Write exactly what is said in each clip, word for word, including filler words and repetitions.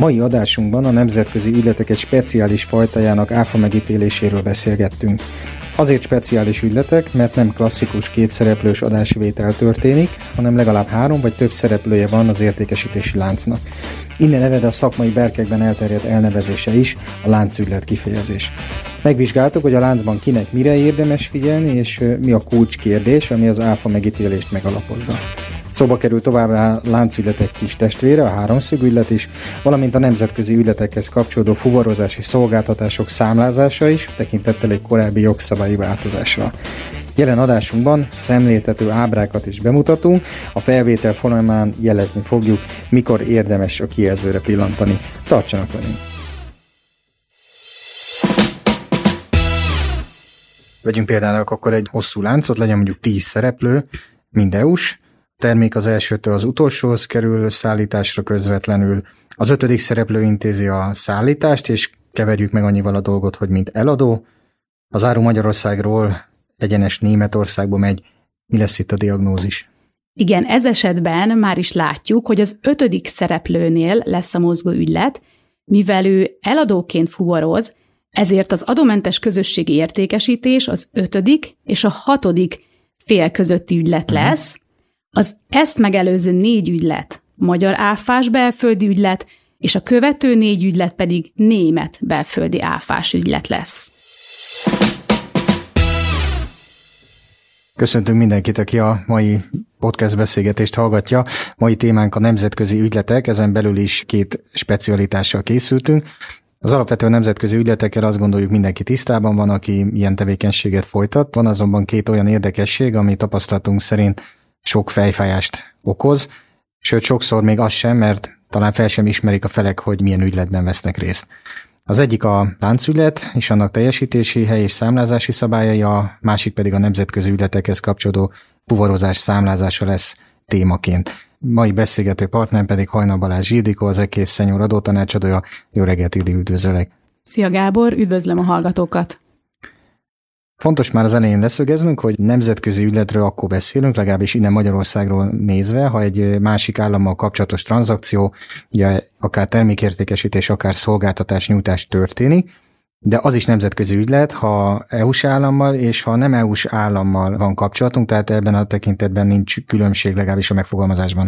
Mai adásunkban a nemzetközi ügyletek egy speciális fajtájának áfa megítéléséről beszélgettünk. Azért speciális ügyletek, mert nem klasszikus kétszereplős adásvétel történik, hanem legalább három vagy több szereplője van az értékesítési láncnak. Innen ered a szakmai berkekben elterjedt elnevezése is, a láncügylet kifejezés. Megvizsgáltuk, hogy a láncban kinek mire érdemes figyelni, és mi a kulcskérdés, ami az áfa megítélést megalapozza. Szóba kerül továbbá láncügyletek kis testvére, a háromszögügylet is, valamint a nemzetközi ügyletekhez kapcsolódó fuvarozási szolgáltatások számlázása is, tekintettel egy korábbi jogszabályi változásra. Jelen adásunkban szemléltető ábrákat is bemutatunk, a felvétel folyamán jelezni fogjuk, mikor érdemes a kijelzőre pillantani. Tartsanak velünk! Vegyünk például akkor egy hosszú láncot, legyen mondjuk tíz szereplő, mind é u-s, termék az elsőtől az utolsóhoz kerül szállításra közvetlenül. Az ötödik szereplő intézi a szállítást, és keverjük meg annyival a dolgot, hogy mint eladó. Az áru Magyarországról egyenes Németországba megy. Mi lesz itt a diagnózis? Igen, ez esetben már is látjuk, hogy az ötödik szereplőnél lesz a mozgó ügylet, mivel ő eladóként fuvaroz, ezért az adómentes közösségi értékesítés az ötödik és a hatodik fél közötti ügylet lesz. Az ezt megelőző négy ügylet magyar áfás belföldi ügylet, és a követő négy ügylet pedig német belföldi áfás ügylet lesz. Köszöntünk mindenkit, aki a mai podcast beszélgetést hallgatja. Mai témánk a nemzetközi ügyletek, ezen belül is két specialitással készültünk. Az alapvető nemzetközi ügyletekkel azt gondoljuk, mindenki tisztában van, aki ilyen tevékenységet folytat. Van azonban két olyan érdekesség, ami tapasztalatunk szerint sok fejfájást okoz, sőt sokszor még az sem, mert talán fel sem ismerik a felek, hogy milyen ügyletben vesznek részt. Az egyik a láncügylet és annak teljesítési hely és számlázási szabályai, a másik pedig a nemzetközi ügyletekhez kapcsolódó fuvarozás számlázása lesz témaként. Mai beszélgető partner pedig Hajnal Balázs Ildikó, az Ekész Senior adótanácsadója. Jó reggelt, Ildi, üdvözöllek! Szia Gábor, üdvözlöm a hallgatókat! Fontos már az elején leszögeznünk, hogy nemzetközi ügyletről akkor beszélünk, legalábbis innen Magyarországról nézve, ha egy másik állammal kapcsolatos tranzakció, ugye akár termékértékesítés, akár szolgáltatás nyújtás történik, de az is nemzetközi ügylet, ha é u-s állammal és ha nem é u-s állammal van kapcsolatunk, tehát ebben a tekintetben nincs különbség legalábbis a megfogalmazásban.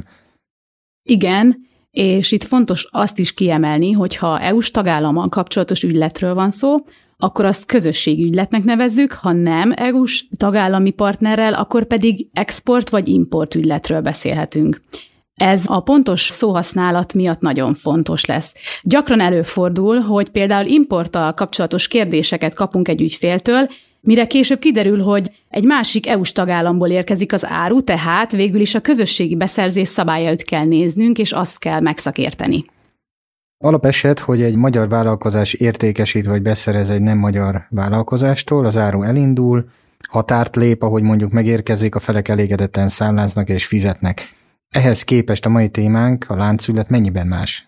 Igen, és itt fontos azt is kiemelni, hogy ha é u-s tagállammal kapcsolatos ügyletről van szó, akkor azt közösségi ügyletnek nevezzük, ha nem é u-s tagállami partnerrel, akkor pedig export vagy import ügyletről beszélhetünk. Ez a pontos szóhasználat miatt nagyon fontos lesz. Gyakran előfordul, hogy például importtal kapcsolatos kérdéseket kapunk egy ügyféltől, mire később kiderül, hogy egy másik é u-s tagállamból érkezik az áru, tehát végül is a közösségi beszerzés szabályait kell néznünk, és azt kell megszakérteni. Alapeset, hogy egy magyar vállalkozás értékesít vagy beszerez egy nem magyar vállalkozástól, az áru elindul, határt lép, ahogy mondjuk megérkezik, a felek elégedetten számláznak és fizetnek. Ehhez képest a mai témánk, a láncügylet mennyiben más?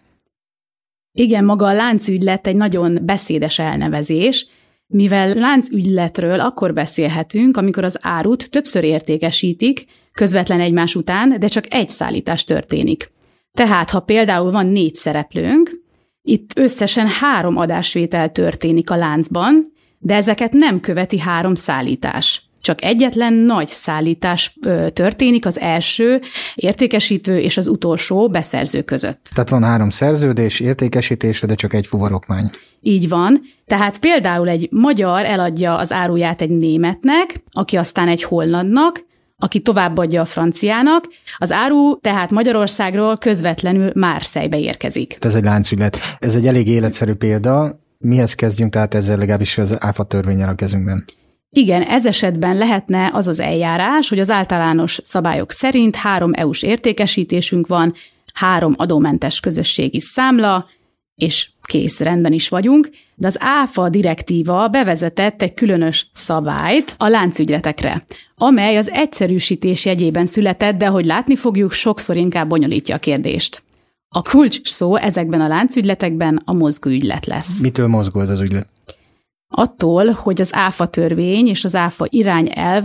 Igen, maga a láncügylet egy nagyon beszédes elnevezés, mivel láncügyletről akkor beszélhetünk, amikor az árut többször értékesítik, közvetlen egymás után, de csak egy szállítás történik. Tehát, ha például van négy szereplőnk, itt összesen három adásvétel történik a láncban, de ezeket nem követi három szállítás. Csak egyetlen nagy szállítás ö, történik az első értékesítő és az utolsó beszerző között. Tehát van három szerződés értékesítésre, de csak egy fuvarokmány. Így van. Tehát például egy magyar eladja az áruját egy németnek, aki aztán egy hollandnak, aki továbbadja a franciának, az áru tehát Magyarországról közvetlenül Marseille-be érkezik. Ez egy láncügylet. Ez egy elég életszerű példa. Mihez kezdjünk, tehát ezzel legalábbis az áfa törvénnyel a kezünkben? Igen, ez esetben lehetne az az eljárás, hogy az általános szabályok szerint három é u-s értékesítésünk van, három adómentes közösségi számla, és kész, rendben is vagyunk, de az áfa direktíva bevezetett egy különös szabályt a láncügyletekre, amely az egyszerűsítés jegyében született, de ahogy látni fogjuk, sokszor inkább bonyolítja a kérdést. A kulcs szó ezekben a láncügyletekben a mozgó ügylet lesz. Mitől mozgó ez az ügylet? Attól, hogy az áfa törvény és az áfa irányelv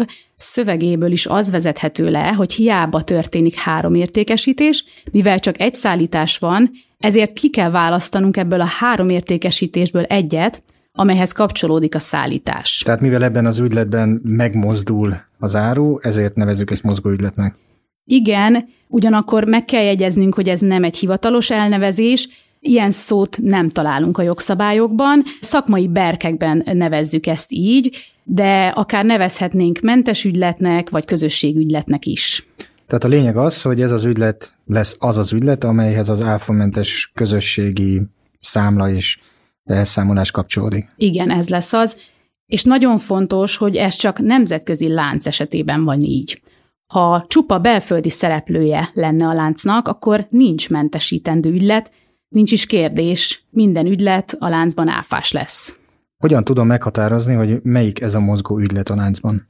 szövegéből is az vezethető le, hogy hiába történik három értékesítés, mivel csak egy szállítás van, ezért ki kell választanunk ebből a három értékesítésből egyet, amelyhez kapcsolódik a szállítás. Tehát mivel ebben az ügyletben megmozdul az áru, ezért nevezzük ezt mozgóügyletnek. Igen, ugyanakkor meg kell jegyeznünk, hogy ez nem egy hivatalos elnevezés, ilyen szót nem találunk a jogszabályokban, szakmai berkekben nevezzük ezt így, de akár nevezhetnénk mentes ügyletnek, vagy közösségügyletnek is. Tehát a lényeg az, hogy ez az ügylet lesz az az ügylet, amelyhez az áfamentes közösségi számla és elszámolás kapcsolódik. Igen, ez lesz az, és nagyon fontos, hogy ez csak nemzetközi lánc esetében van így. Ha csupa belföldi szereplője lenne a láncnak, akkor nincs mentesítendő ügylet, nincs is kérdés, minden ügylet a láncban áfás lesz. Hogyan tudom meghatározni, hogy melyik ez a mozgó ügylet a láncban?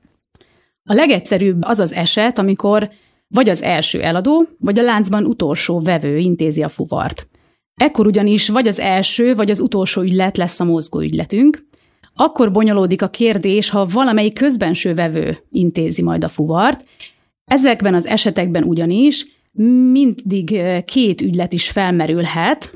A legegyszerűbb az az eset, amikor vagy az első eladó, vagy a láncban utolsó vevő intézi a fuvart. Ekkor ugyanis vagy az első, vagy az utolsó ügylet lesz a mozgó ügyletünk. Akkor bonyolódik a kérdés, ha valamelyik közbenső vevő intézi majd a fuvart. Ezekben az esetekben ugyanis mindig két ügylet is felmerülhet,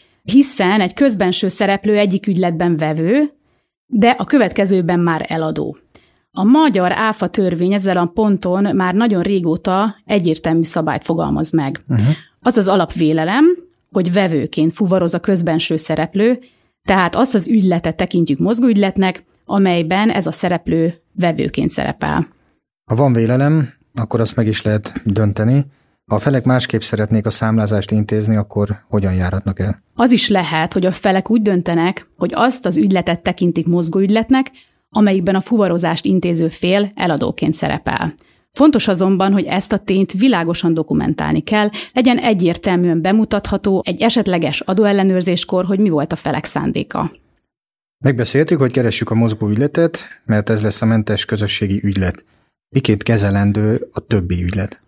hiszen egy közbenső szereplő egyik ügyletben vevő, de a következőben már eladó. A magyar áfa törvény ezzel a ponton már nagyon régóta egyértelmű szabályt fogalmaz meg. Uh-huh. Az az alapvélelem, hogy vevőként fuvaroz a közbenső szereplő, tehát azt az ügyletet tekintjük mozgóügyletnek, amelyben ez a szereplő vevőként szerepel. Ha van vélelem, akkor azt meg is lehet dönteni. Ha a felek másképp szeretnék a számlázást intézni, akkor hogyan járhatnak el? Az is lehet, hogy a felek úgy döntenek, hogy azt az ügyletet tekintik mozgóügyletnek, amelyikben a fuvarozást intéző fél eladóként szerepel. Fontos azonban, hogy ezt a tényt világosan dokumentálni kell, legyen egyértelműen bemutatható egy esetleges adóellenőrzéskor, hogy mi volt a felek szándéka. Megbeszéltük, hogy keressük a mozgó ügyletet, mert ez lesz a mentes közösségi ügylet. Miként kezelendő a többi ügylet?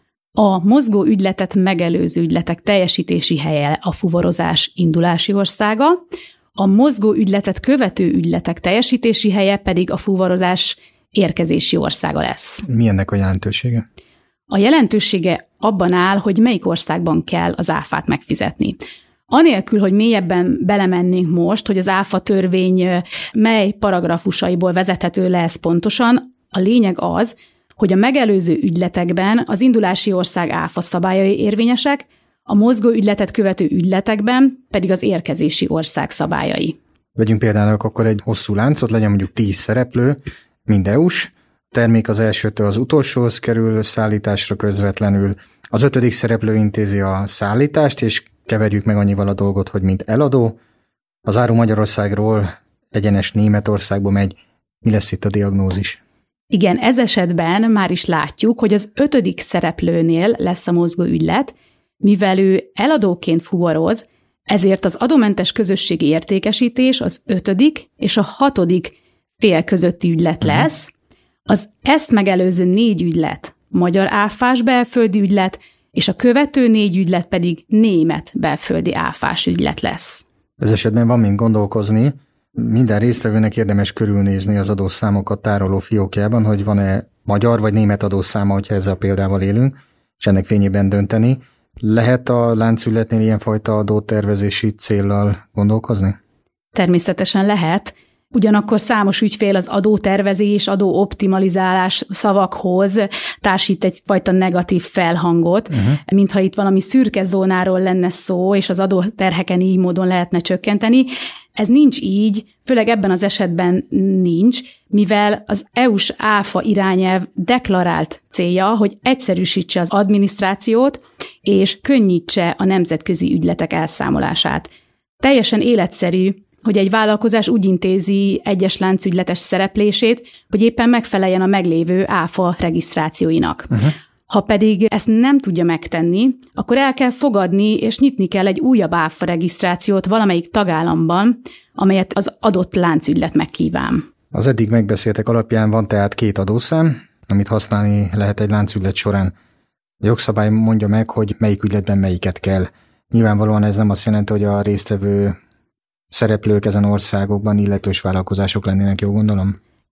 A mozgó ügyletet megelőző ügyletek teljesítési helye a fuvarozás indulási országa, a mozgó ügyletet követő ügyletek teljesítési helye pedig a fuvarozás érkezési országa lesz. Mi ennek a jelentősége? A jelentősége abban áll, hogy melyik országban kell az áfát megfizetni. Anélkül, hogy mélyebben belemennénk most, hogy az áfa törvény mely paragrafusaiból vezethető le ez pontosan, a lényeg az, hogy a megelőző ügyletekben az indulási ország áfa szabályai érvényesek, a mozgó ügyletet követő ügyletekben pedig az érkezési ország szabályai. Vegyünk például akkor egy hosszú láncot, legyen mondjuk tíz szereplő, mind é u-s, termék az elsőtől az utolsóhoz kerül szállításra közvetlenül, az ötödik szereplő intézi a szállítást, és keverjük meg annyival a dolgot, hogy mint eladó, az áru Magyarországról egyenes Németországba megy. Mi lesz itt a diagnózis? Igen, ez esetben már is látjuk, hogy az ötödik szereplőnél lesz a mozgó ügylet, mivel ő eladóként fuvaroz, ezért az adómentes közösségi értékesítés az ötödik és a hatodik fél közötti ügylet lesz. Az ezt megelőző négy ügylet magyar áfás belföldi ügylet, és a követő négy ügylet pedig német belföldi áfás ügylet lesz. Ez esetben van mind gondolkozni. Minden résztvevőnek érdemes körülnézni az adószámokat tároló fiókjában, hogy van-e magyar vagy német adószáma, hogyha ezzel a példával élünk, és ennek fényében dönteni. Lehet a láncügyletnél ilyenfajta adótervezési céllal gondolkozni? Természetesen lehet. Ugyanakkor számos ügyfél az adótervezés, adóoptimalizálás szavakhoz társít egyfajta negatív felhangot, uh-huh. mintha itt valami szürke zónáról lenne szó, és az adóterheken így módon lehetne csökkenteni. Ez nincs így, főleg ebben az esetben nincs, mivel az é u-s áfa irányelv deklarált célja, hogy egyszerűsítse az adminisztrációt, és könnyítse a nemzetközi ügyletek elszámolását. Teljesen életszerű, hogy egy vállalkozás úgy intézi egyes láncügyletes szereplését, hogy éppen megfeleljen a meglévő áfa regisztrációinak. Uh-huh. Ha pedig ezt nem tudja megtenni, akkor el kell fogadni és nyitni kell egy újabb áfa regisztrációt valamelyik tagállamban, amelyet az adott láncügylet megkíván. Az eddig megbeszéltek alapján van tehát két adószám, amit használni lehet egy láncügylet során. A jogszabály mondja meg, hogy melyik ügyletben melyiket kell. Nyilvánvalóan ez nem azt jelenti, hogy a résztvevő szereplők ezen országokban illetős vállalkozások lennének, jól gondolom?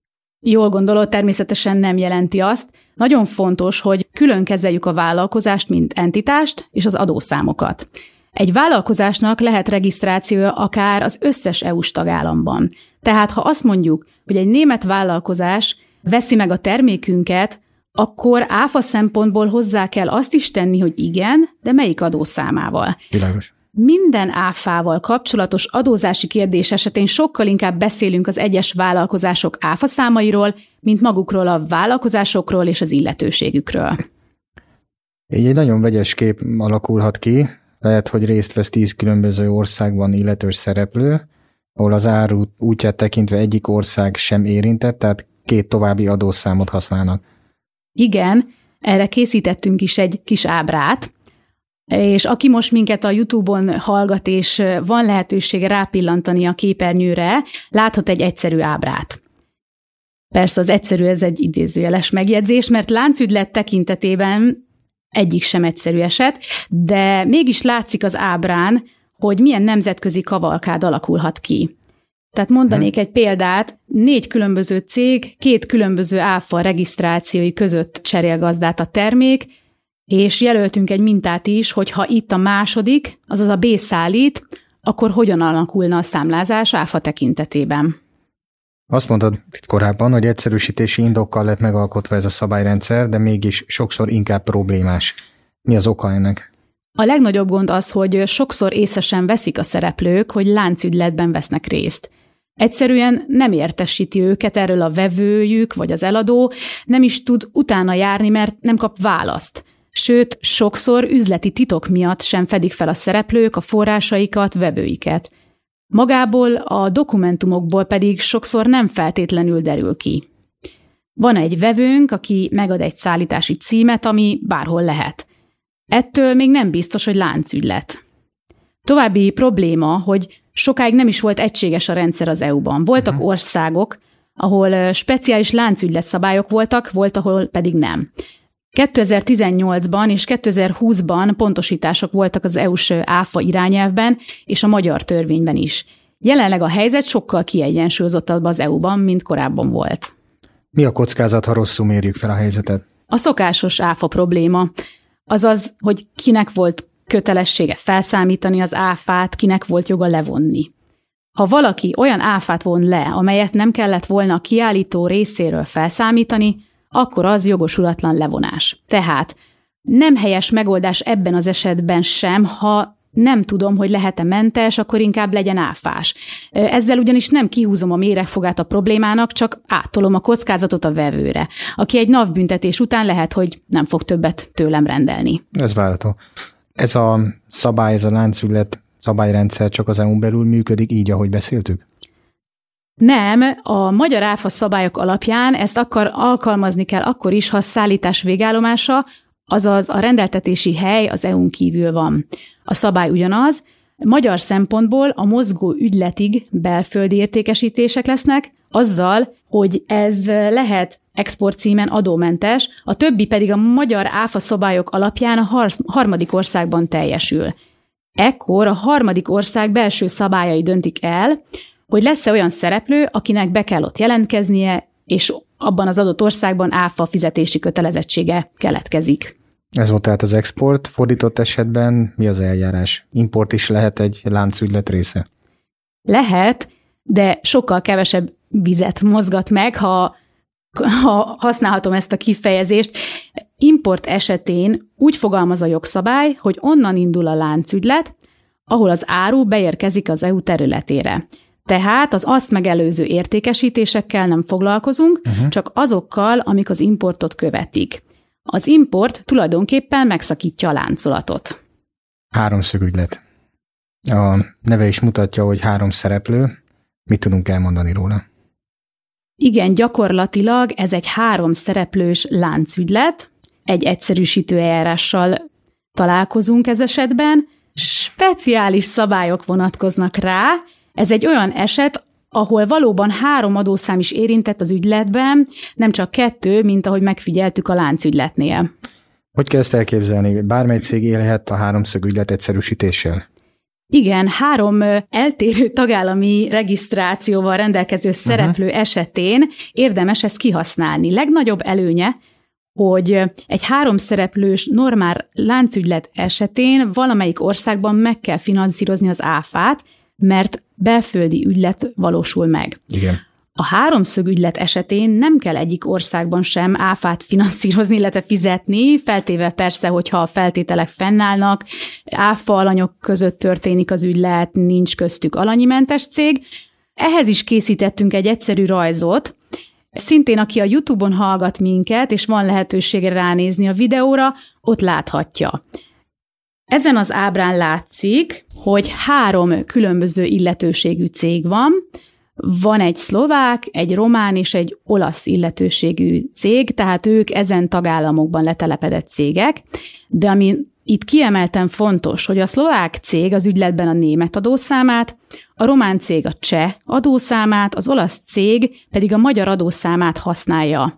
Jól gondolod, természetesen nem jelenti azt. Nagyon fontos, hogy külön kezeljük a vállalkozást, mint entitást, és az adószámokat. Egy vállalkozásnak lehet regisztrációja akár az összes é u-s tagállamban. Tehát ha azt mondjuk, hogy egy német vállalkozás veszi meg a termékünket, akkor áfa szempontból hozzá kell azt is tenni, hogy igen, de melyik adószámával. Világos. Minden áfával kapcsolatos adózási kérdés esetén sokkal inkább beszélünk az egyes vállalkozások áfaszámairól, mint magukról a vállalkozásokról és az illetőségükről. Így egy nagyon vegyes kép alakulhat ki. Lehet, hogy részt vesz tíz különböző országban illetős szereplő, ahol az áru útját tekintve egyik ország sem érintett, tehát két további adószámot használnak. Igen, erre készítettünk is egy kis ábrát, és aki most minket a YouTube-on hallgat, és van lehetősége rápillantani a képernyőre, láthat egy egyszerű ábrát. Persze az egyszerű, ez egy idézőjeles megjegyzés, mert láncügylet tekintetében egyik sem egyszerű eset, de mégis látszik az ábrán, hogy milyen nemzetközi kavalkád alakulhat ki. Tehát mondanék egy példát, négy különböző cég, két különböző áfa regisztrációi között cserél gazdát a termék, és jelöltünk egy mintát is, hogy ha itt a második, azaz a B szállít, akkor hogyan alakulna a számlázás áfa tekintetében. Azt mondtad itt korábban, hogy egyszerűsítési indokkal lett megalkotva ez a szabályrendszer, de mégis sokszor inkább problémás. Mi az oka ennek? A legnagyobb gond az, hogy sokszor észesen veszik a szereplők, hogy láncügyletben vesznek részt. Egyszerűen nem értesíti őket erről a vevőjük, vagy az eladó, nem is tud utána járni, mert nem kap választ. Sőt, sokszor üzleti titok miatt sem fedik fel a szereplők a forrásaikat, vevőiket. Magából a dokumentumokból pedig sokszor nem feltétlenül derül ki. Van egy vevőnk, aki megad egy szállítási címet, ami bárhol lehet. Ettől még nem biztos, hogy láncügylet. További probléma, hogy sokáig nem is volt egységes a rendszer az é u-ban. Voltak uh-huh. országok, ahol speciális láncügylet szabályok voltak, volt, ahol pedig nem. kétezer-tizennyolcban és kétezer-húszban pontosítások voltak az é u-s áfa irányelvben és a magyar törvényben is. Jelenleg a helyzet sokkal kiegyensúlyozottabb az é u-ban, mint korábban volt. Mi a kockázat, ha rosszul mérjük fel a helyzetet? A szokásos áfa probléma, azaz, hogy kinek volt kötelessége felszámítani az áfát, kinek volt joga levonni. Ha valaki olyan áfát von le, amelyet nem kellett volna a kiállító részéről felszámítani, akkor az jogosulatlan levonás. Tehát nem helyes megoldás ebben az esetben sem, ha nem tudom, hogy lehet-e mentes, akkor inkább legyen áfás. Ezzel ugyanis nem kihúzom a méregfogát a problémának, csak áttolom a kockázatot a vevőre, aki egy NAV-büntetés után lehet, hogy nem fog többet tőlem rendelni. Ez várható. Ez a szabály, ez a láncügylet szabályrendszer csak az é u-n belül működik így, ahogy beszéltük? Nem, a magyar áfa szabályok alapján ezt akkor alkalmazni kell akkor is, ha a szállítás végállomása, azaz a rendeltetési hely az é u-n kívül van. A szabály ugyanaz, magyar szempontból a mozgó ügyletig belföldi értékesítések lesznek, azzal, hogy ez lehet exportcímen adómentes, a többi pedig a magyar áfa szabályok alapján a harmadik országban teljesül. Ekkor a harmadik ország belső szabályai döntik el, hogy lesz-e olyan szereplő, akinek be kell ott jelentkeznie, és abban az adott országban áfa fizetési kötelezettsége keletkezik. Ez volt tehát az export, fordított esetben mi az eljárás? Import is lehet egy láncügylet része? Lehet, de sokkal kevesebb vizet mozgat meg, ha, ha használhatom ezt a kifejezést. Import esetén úgy fogalmaz a jogszabály, hogy onnan indul a láncügylet, ahol az áru beérkezik az é u területére. Tehát az azt megelőző értékesítésekkel nem foglalkozunk, uh-huh. csak azokkal, amik az importot követik. Az import tulajdonképpen megszakítja a láncolatot. Háromszögügylet. A neve is mutatja, hogy három szereplő. Mit tudunk elmondani róla? Igen, gyakorlatilag ez egy három szereplős láncügylet. Egy egyszerűsítő eljárással találkozunk ez esetben. Speciális szabályok vonatkoznak rá. Ez egy olyan eset, ahol valóban három adószám is érintett az ügyletben, nem csak kettő, mint ahogy megfigyeltük a láncügyletnél. Hogy kell ezt elképzelni? Bármely cég élhet a háromszög ügylet egyszerűsítéssel? Igen, három eltérő tagállami regisztrációval rendelkező szereplő uh-huh. esetén érdemes ezt kihasználni. Legnagyobb előnye, hogy egy háromszereplős normál láncügylet esetén valamelyik országban meg kell finanszírozni az áfát, mert belföldi ügylet valósul meg. Igen. A háromszög ügylet esetén nem kell egyik országban sem áfát finanszírozni, illetve fizetni, feltéve persze, hogyha a feltételek fennállnak, áfa alanyok között történik az ügylet, nincs köztük alanyimentes cég. Ehhez is készítettünk egy egyszerű rajzot. Szintén, aki a YouTube-on hallgat minket, és van lehetősége ránézni a videóra, ott láthatja. Ezen az ábrán látszik, hogy három különböző illetőségű cég van. Van egy szlovák, egy román és egy olasz illetőségű cég, tehát ők ezen tagállamokban letelepedett cégek, de ami itt kiemelten fontos, hogy a szlovák cég az ügyletben a német adószámát, a román cég a cseh adószámát, az olasz cég pedig a magyar adószámát használja.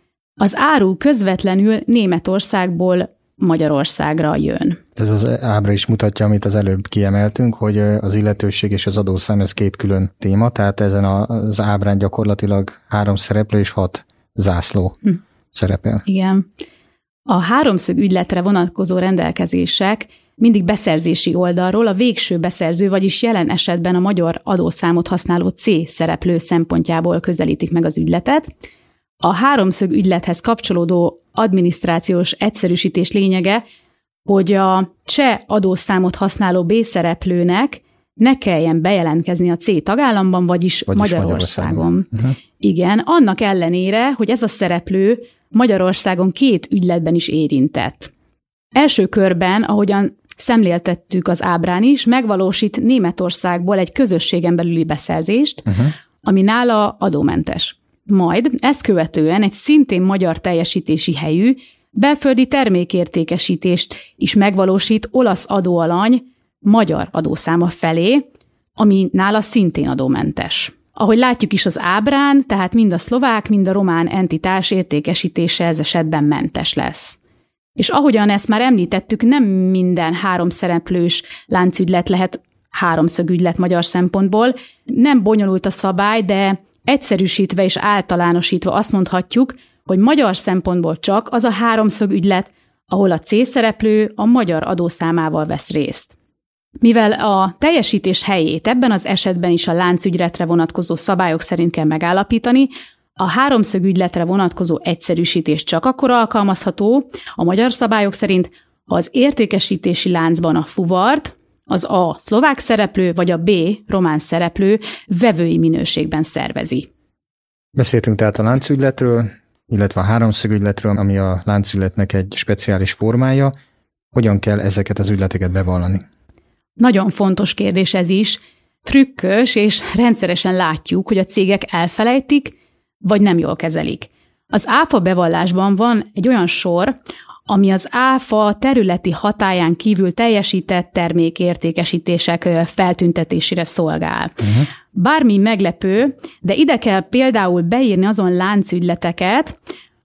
Az áru közvetlenül Németországból Magyarországra jön. Ez az ábra is mutatja, amit az előbb kiemeltünk, hogy az illetőség és az adószám ez két külön téma, tehát ezen az ábrán gyakorlatilag három szereplő és hat zászló hm. szerepel. Igen. A háromszög ügyletre vonatkozó rendelkezések mindig beszerzési oldalról a végső beszerző, vagyis jelen esetben a magyar adószámot használó C szereplő szempontjából közelítik meg az ügyletet. A háromszög ügylethez kapcsolódó adminisztrációs egyszerűsítés lényege, hogy a cseh adószámot használó B szereplőnek ne kelljen bejelentkezni a C tagállamban, vagyis, vagyis Magyarországon. Magyarországon. Uh-huh. Igen, annak ellenére, hogy ez a szereplő Magyarországon két ügyletben is érintett. Első körben, ahogyan szemléltettük az ábrán is, megvalósít Németországból egy közösségen belüli beszerzést, uh-huh. ami nála adómentes. Majd ezt követően egy szintén magyar teljesítési helyű belföldi termékértékesítést is megvalósít olasz adóalany magyar adószáma felé, ami nála szintén adómentes. Ahogy látjuk is az ábrán, tehát mind a szlovák, mind a román entitás értékesítése ez esetben mentes lesz. És ahogyan ezt már említettük, nem minden háromszereplős láncügylet lehet háromszögügylet magyar szempontból. Nem bonyolult a szabály, de egyszerűsítve és általánosítva azt mondhatjuk, hogy magyar szempontból csak az a háromszög ügylet, ahol a C szereplő a magyar adószámával vesz részt. Mivel a teljesítés helyét ebben az esetben is a láncügyletre vonatkozó szabályok szerint kell megállapítani, a háromszög ügyletre vonatkozó egyszerűsítés csak akkor alkalmazható a magyar szabályok szerint, ha az értékesítési láncban a fuvart, az A szlovák szereplő vagy a B román szereplő vevői minőségben szervezi. Beszéltünk tehát a láncügyletről, illetve a háromszögügyletről, ami a láncügyletnek egy speciális formája. Hogyan kell ezeket az ügyleteket bevallani? Nagyon fontos kérdés ez is. Trükkös, és rendszeresen látjuk, hogy a cégek elfelejtik, vagy nem jól kezelik. Az áfa bevallásban van egy olyan sor, ami az áfa területi hatályán kívül teljesített termékértékesítések feltüntetésére szolgál. Uh-huh. Bármi meglepő, de ide kell például beírni azon láncügyleteket,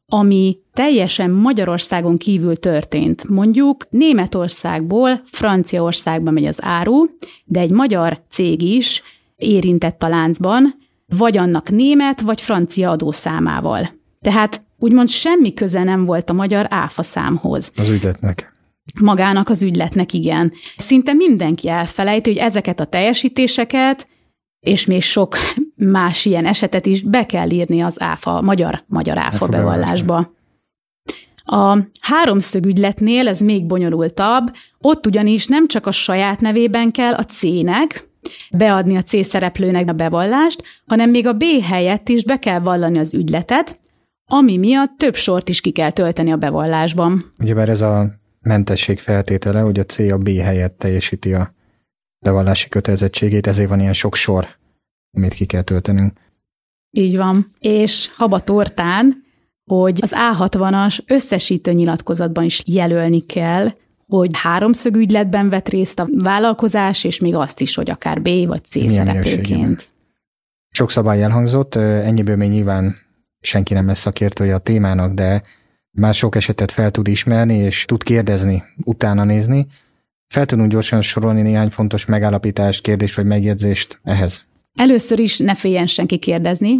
ami teljesen Magyarországon kívül történt. Mondjuk Németországból Franciaországba megy az áru, de egy magyar cég is érintett a láncban, vagy annak német, vagy francia adószámával. Tehát úgymond semmi köze nem volt a magyar áfa számhoz. Az ügyletnek. Magának az ügyletnek, igen. Szinte mindenki elfelejti, hogy ezeket a teljesítéseket, és még sok más ilyen esetet is be kell írni az áfa, magyar, magyar áfa, áfa bevallásba. A háromszög ügyletnél ez még bonyolultabb, ott ugyanis nem csak a saját nevében kell a C-nek beadni a C szereplőnek a bevallást, hanem még a B helyett is be kell vallani az ügyletet, ami miatt több sort is ki kell tölteni a bevallásban. Ugyebár ez a mentesség feltétele, hogy a C a B helyett teljesíti a bevallási kötelezettségét, ezért van ilyen sok sor, amit ki kell töltenünk. Így van. És habatortán, hogy az á hatvanas összesítő nyilatkozatban is jelölni kell, hogy háromszög ügyletben vett részt a vállalkozás, és még azt is, hogy akár B vagy C milyen szereplőként. Sok szabály elhangzott, ennyiből még nyilván senki nem lesz szakértője a témának, de már sok esetet fel tud ismerni, és tud kérdezni, utána nézni. Fel tudunk gyorsan sorolni néhány fontos megállapítást, kérdést vagy megjegyzést ehhez? Először is ne féljen senki kérdezni.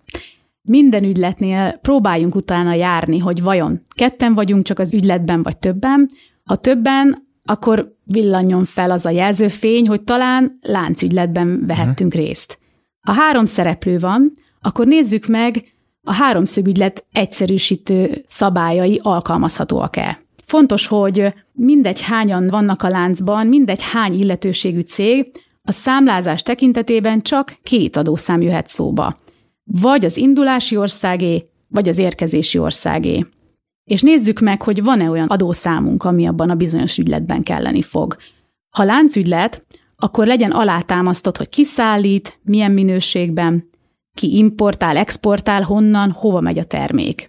Minden ügyletnél próbáljunk utána járni, hogy vajon ketten vagyunk csak az ügyletben, vagy többen. Ha többen, akkor villanjon fel az a jelzőfény, hogy talán láncügyletben vehettünk uh-huh. részt. Ha három szereplő van, akkor nézzük meg, a háromszögügylet egyszerűsítő szabályai alkalmazhatóak-e. Fontos, hogy mindegy hányan vannak a láncban, mindegy hány illetőségű cég, a számlázás tekintetében csak két adószám jöhet szóba. Vagy az indulási országé, vagy az érkezési országé. És nézzük meg, hogy van-e olyan adószámunk, ami abban a bizonyos ügyletben kelleni fog. Ha láncügylet, akkor legyen alátámasztott, hogy ki szállít, milyen minőségben, ki importál, exportál, honnan, hova megy a termék.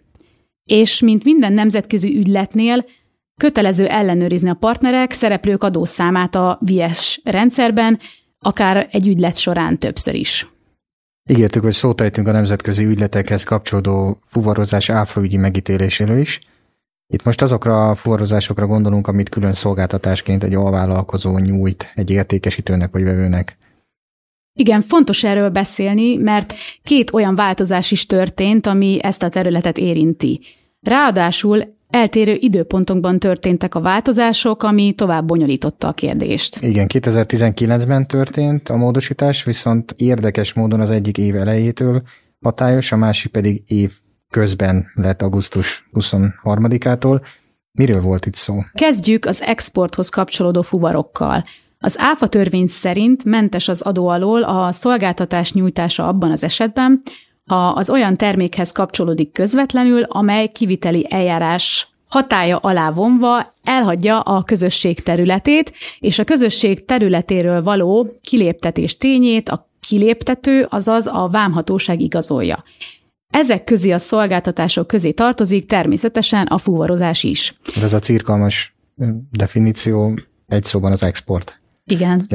És mint minden nemzetközi ügyletnél, kötelező ellenőrizni a partnerek, szereplők adószámát a vé es rendszerben, akár egy ügylet során többször is. Ígértük, hogy szót ejtünk a nemzetközi ügyletekhez kapcsolódó fuvarozás áfaügyi megítéléséről is. Itt most azokra a fuvarozásokra gondolunk, amit külön szolgáltatásként egy alvállalkozó nyújt egy értékesítőnek vagy vevőnek. Igen, fontos erről beszélni, mert két olyan változás is történt, ami ezt a területet érinti. Ráadásul eltérő időpontokban történtek a változások, ami tovább bonyolította a kérdést. Igen, kétezer-tizenkilencben történt a módosítás, viszont érdekes módon az egyik év elejétől hatályos, a másik pedig év közben lett augusztus huszonharmadikától. Miről volt itt szó? Kezdjük az exporthoz kapcsolódó fuvarokkal. Az áfa törvény szerint mentes az adó alól a szolgáltatás nyújtása abban az esetben, ha az olyan termékhez kapcsolódik közvetlenül, amely kiviteli eljárás hatálya alá vonva elhagyja a közösség területét, és a közösség területéről való kiléptetés tényét a kiléptető, azaz a vámhatóság igazolja. Ezek közé a szolgáltatások közé tartozik természetesen a fuvarozás is. Ez a cirkalmas definíció egy szóban az export. Igen.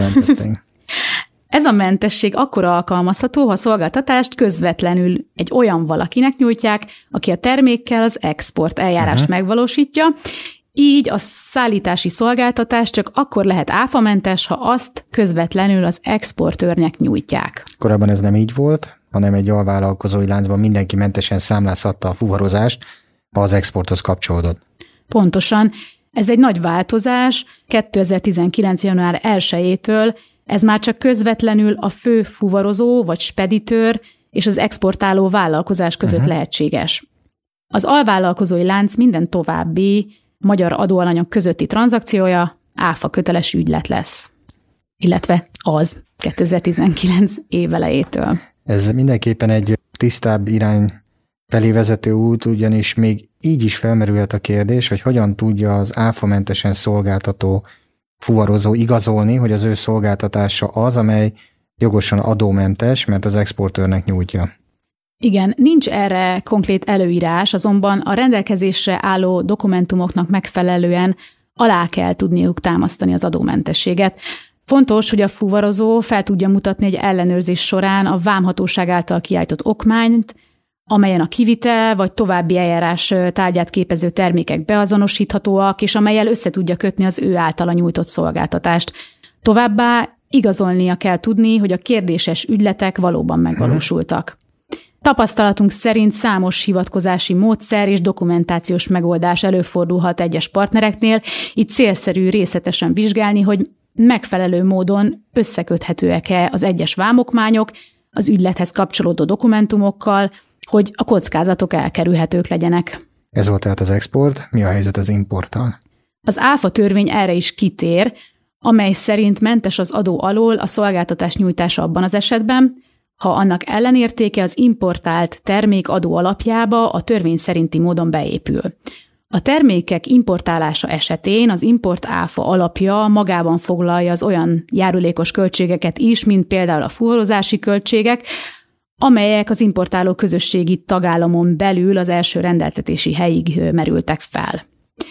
Ez a mentesség akkor alkalmazható, ha a szolgáltatást közvetlenül egy olyan valakinek nyújtják, aki a termékkel az export eljárást uh-huh. megvalósítja, így a szállítási szolgáltatás csak akkor lehet áfamentes, ha azt közvetlenül az exportőrnek nyújtják. Korábban ez nem így volt, hanem egy alvállalkozói láncban mindenki mentesen számlázhatta a fuvarozást, ha az exporthoz kapcsolódott. Pontosan. Ez egy nagy változás. kétezer-tizenkilenc. január elsejétől ez már csak közvetlenül a fő fuvarozó vagy speditőr és az exportáló vállalkozás között uh-huh. lehetséges. Az alvállalkozói lánc minden további magyar adóalanyok közötti tranzakciója áfa köteles ügylet lesz. Illetve az kétezer-tizenkilenc év elejétől. Ez mindenképpen egy tisztább irány felé vezető út, ugyanis még így is felmerülhet a kérdés, hogy hogyan tudja az áfamentesen szolgáltató fuvarozó igazolni, hogy az ő szolgáltatása az, amely jogosan adómentes, mert az exportőrnek nyújtja. Igen, nincs erre konkrét előírás, azonban a rendelkezésre álló dokumentumoknak megfelelően alá kell tudniuk támasztani az adómentességet. Fontos, hogy a fuvarozó fel tudja mutatni egy ellenőrzés során a vámhatóság által kiállított okmányt, amelyen a kivitel vagy további eljárás tárgyát képező termékek beazonosíthatóak, és amellyel össze tudja kötni az ő általa nyújtott szolgáltatást. Továbbá igazolnia kell tudni, hogy a kérdéses ügyletek valóban megvalósultak. Tapasztalatunk szerint számos hivatkozási módszer és dokumentációs megoldás előfordulhat egyes partnereknél, így célszerű részletesen vizsgálni, hogy megfelelő módon összeköthetőek-e az egyes vámokmányok az ügylethez kapcsolódó dokumentumokkal, hogy a kockázatok elkerülhetők legyenek. Ez volt tehát az export, mi a helyzet az importtal? Az áfa törvény erre is kitér, amely szerint mentes az adó alól a szolgáltatás nyújtása abban az esetben, ha annak ellenértéke az importált termék adó alapjába a törvény szerinti módon beépül. A termékek importálása esetén az import áfa alapja magában foglalja az olyan járulékos költségeket is, mint például a fuvarozási költségek, amelyek az importáló közösségi tagállamon belül az első rendeltetési helyig merültek fel.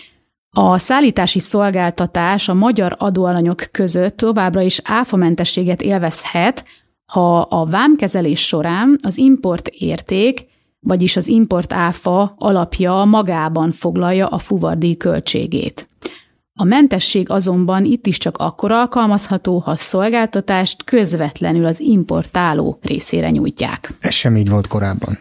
A szállítási szolgáltatás a magyar adóalanyok között továbbra is áfamentességet élvezhet, ha a vámkezelés során az import érték, vagyis az import áfa alapja magában foglalja a fuvardíj költségét. A mentesség azonban itt is csak akkor alkalmazható, ha a szolgáltatást közvetlenül az importáló részére nyújtják. Ez sem így volt korábban.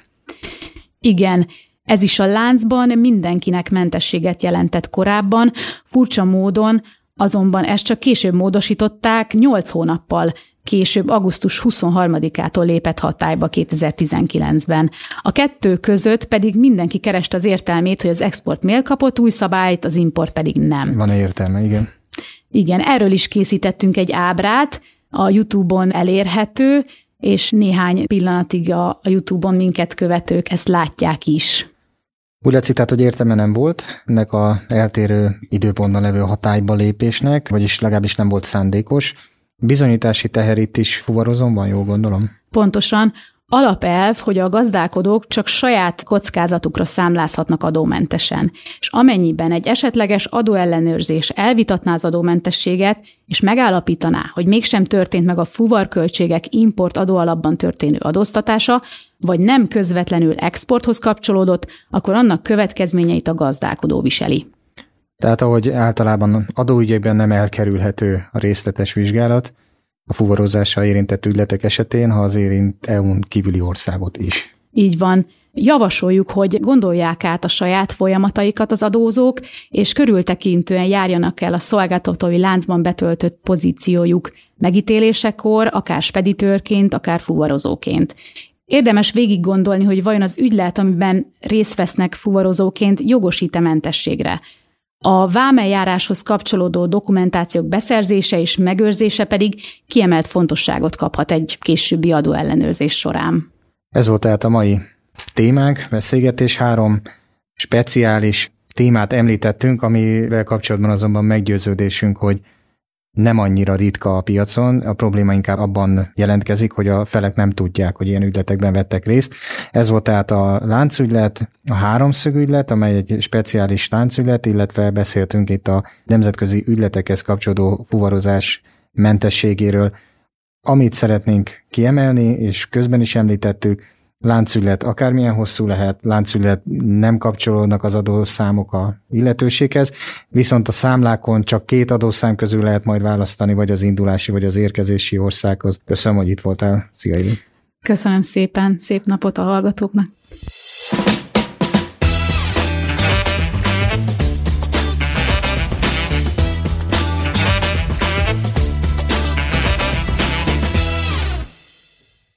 Igen, ez is a láncban mindenkinek mentességet jelentett korábban, furcsa módon azonban ezt csak később módosították, nyolc hónappal később, augusztus huszonharmadikától lépett hatályba kétezer-tizenkilencben. A kettő között pedig mindenki kereste az értelmét, hogy az export miért kapott új szabályt, az import pedig nem. Van értelme, igen. Igen, erről is készítettünk egy ábrát, a YouTube-on elérhető, és néhány pillanatig a, a YouTube-on minket követők ezt látják is. Úgy látszik, tehát, hogy értelme nem volt ennek a eltérő időpontban levő hatályba lépésnek, vagyis legalábbis nem volt szándékos. Bizonyítási teher itt is fuvarozón van, jól gondolom? Pontosan. Alapelv, hogy a gazdálkodók csak saját kockázatukra számlázhatnak adómentesen, és amennyiben egy esetleges adóellenőrzés elvitatná az adómentességet, és megállapítaná, hogy mégsem történt meg a fuvarköltségek import adóalapban történő adóztatása, vagy nem közvetlenül exporthoz kapcsolódott, akkor annak következményeit a gazdálkodó viseli. Tehát ahogy általában adóügyekben nem elkerülhető a részletes vizsgálat, a fuvarozással érintett ügyletek esetén, ha az érint é u-n kívüli országot is. Így van. Javasoljuk, hogy gondolják át a saját folyamataikat az adózók, és körültekintően járjanak el a szolgáltatói láncban betöltött pozíciójuk megítélésekor, akár speditőrként, akár fuvarozóként. Érdemes végig gondolni, hogy vajon az ügylet, amiben részt vesznek fuvarozóként, jogosít-e mentességre. A vámeljáráshoz kapcsolódó dokumentációk beszerzése és megőrzése pedig kiemelt fontosságot kaphat egy későbbi adóellenőrzés során. Ez volt tehát a mai témánk, beszélgetés. Három speciális témát említettünk, amivel kapcsolatban azonban meggyőződésünk, hogy nem annyira ritka a piacon, a probléma inkább abban jelentkezik, hogy a felek nem tudják, hogy ilyen ügyletekben vettek részt. Ez volt tehát a láncügylet, a háromszögügylet, amely egy speciális láncügylet, illetve beszéltünk itt a nemzetközi ügyletekhez kapcsolódó fuvarozás mentességéről. Amit szeretnénk kiemelni, és közben is említettük, láncügylet akármilyen hosszú lehet, láncügylet nem kapcsolódnak az adószámok a illetőséghez, viszont a számlákon csak két adószám közül lehet majd választani, vagy az indulási, vagy az érkezési országhoz. Köszönöm, hogy itt voltál. Szia, Illi. Köszönöm szépen, szép napot a hallgatóknak.